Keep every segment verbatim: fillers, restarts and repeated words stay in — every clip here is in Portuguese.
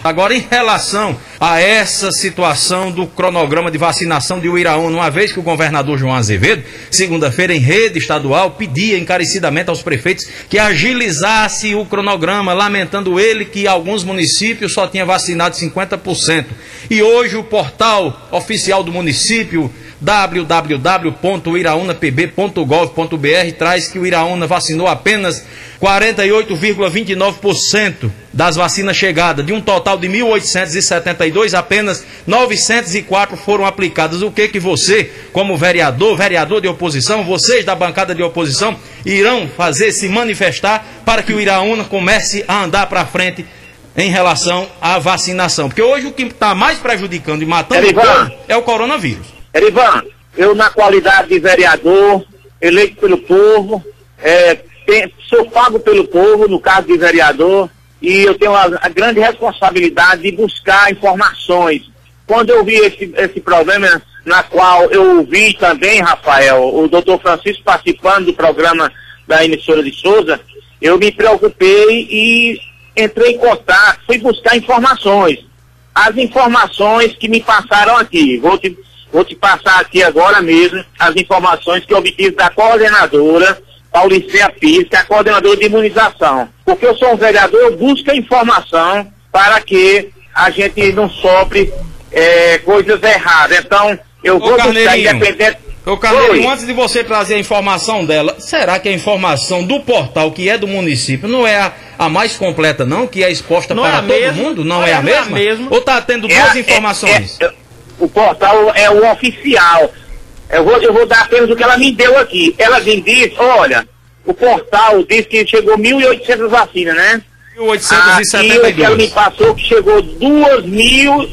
Agora, em relação a essa situação do cronograma de vacinação de Uiraúna, uma vez que o governador João Azevedo, segunda-feira em rede estadual, pedia encarecidamente aos prefeitos que agilizasse o cronograma, lamentando ele que alguns municípios só tinham vacinado cinquenta por cento. E hoje o portal oficial do município, w w w ponto uiraúna p b ponto gov ponto b r, traz que o Uiraúna vacinou apenas quarenta e oito vírgula vinte e nove por cento das vacinas chegadas. De um total de mil oitocentos e setenta e dois, apenas novecentos e quatro foram aplicadas. O que que você, como vereador, vereador de oposição, vocês da bancada de oposição, irão fazer, se manifestar para que o Uiraúna comece a andar para frente em relação à vacinação? Porque hoje o que está mais prejudicando e matando o povo é o coronavírus. Erivan, eu na qualidade de vereador, eleito pelo povo, é, tem, sou pago pelo povo, no caso de vereador, e eu tenho a, a grande responsabilidade de buscar informações. Quando eu vi esse, esse problema, na qual eu ouvi também, Rafael, o doutor Francisco participando do programa da emissora de Souza, eu me preocupei e entrei em contato, fui buscar informações. As informações que me passaram aqui, vou te... Vou te passar aqui agora mesmo as informações que eu obtive da coordenadora Pauliceia Pires, que é a coordenadora de imunização. Porque eu sou um vereador, eu busco informação para que a gente não sofre é, coisas erradas. Então, eu vou buscar independente... Ô Carneirinho, antes de você trazer a informação dela, será que a informação do portal, que é do município, não é a, a mais completa não? Que é exposta não para é todo mesmo? mundo? Não, não é, é a mesma? É Ou está tendo duas é, informações? É, é, O portal é o oficial. Eu vou, eu vou dar apenas o que ela me deu aqui. Ela me disse, olha, o portal diz que chegou mil e oitocentas vacinas, né? mil oitocentos e setenta e dois. Aqui ela me passou que chegou duas mil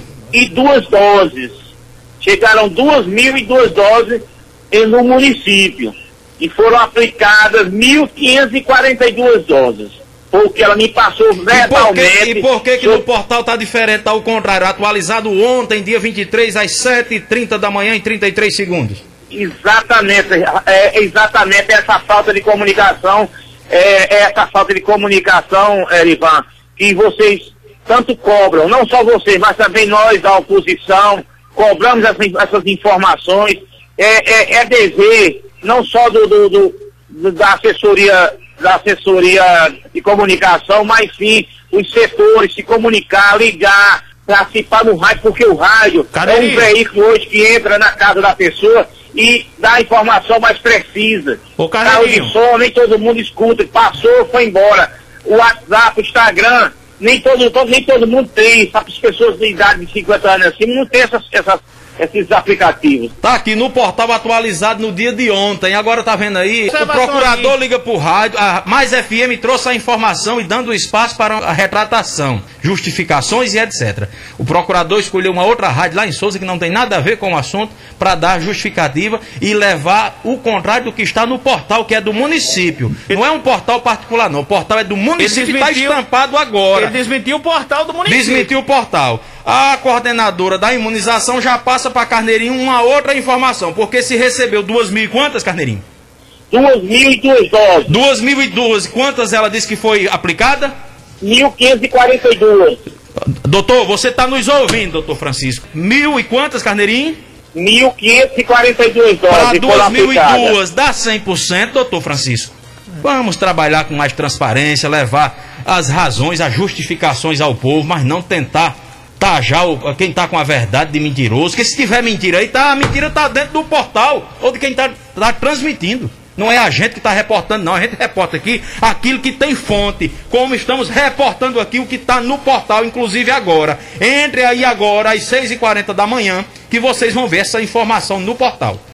e duas doses. Chegaram duas mil e duas doses no município. E foram aplicadas mil quinhentas e quarenta e duas doses. Porque ela me passou verbalmente. E por que, e por que, que no portal está diferente, está ao contrário? Atualizado ontem, dia vinte e três, às sete e trinta da manhã, em trinta e três segundos. Exatamente, é exatamente essa falta de comunicação, é, essa falta de comunicação, Erivan, que vocês tanto cobram, não só vocês, mas também nós da oposição, cobramos essas, essas informações, é, é, é dever, não só do, do, do, da assessoria da assessoria de comunicação, mas sim os setores se comunicar, ligar, participar no rádio, porque o rádio Carneirinho. é um veículo hoje que entra na casa da pessoa e dá a informação mais precisa. O carro de som, nem todo mundo escuta, passou, foi embora. O WhatsApp, o Instagram, nem todo, todo, nem todo mundo tem, para as pessoas de idade de cinquenta anos assim, não tem essas, essas esses aplicativos. Tá aqui no portal atualizado no dia de ontem. Agora tá vendo aí? O procurador aí. liga pro rádio. A Mais F M trouxe a informação e dando espaço para a retratação, justificações e etcétera. O procurador escolheu uma outra rádio lá em Souza que não tem nada a ver com o assunto para dar justificativa e levar o contrário do que está no portal, que é do município. Não é um portal particular não. O portal é do município e está estampado agora. Ele desmentiu o portal do município. Desmentiu o portal. A coordenadora da imunização já passa para Carneirinho uma outra informação, porque se recebeu duas mil e quantas, Carneirinho? Duas mil e duas doses. Duas mil e duas, quantas ela disse que foi aplicada? Mil quinhentas e quarenta e duas. Doutor, você está nos ouvindo, doutor Francisco. Mil e quantas, Carneirinho? Mil quinhentas e quarenta e duas doses. Para duas mil e duas, dá cem por cento, doutor Francisco. Vamos trabalhar com mais transparência, levar as razões, as justificações ao povo, mas não tentar tajar o, quem está com a verdade de mentiroso. Porque se tiver mentira aí, tá, a mentira está dentro do portal ou de quem está tá transmitindo. Não é a gente que está reportando, não. A gente reporta aqui aquilo que tem fonte, como estamos reportando aqui o que está no portal, inclusive agora. Entre aí agora às seis e quarenta da manhã, que vocês vão ver essa informação no portal.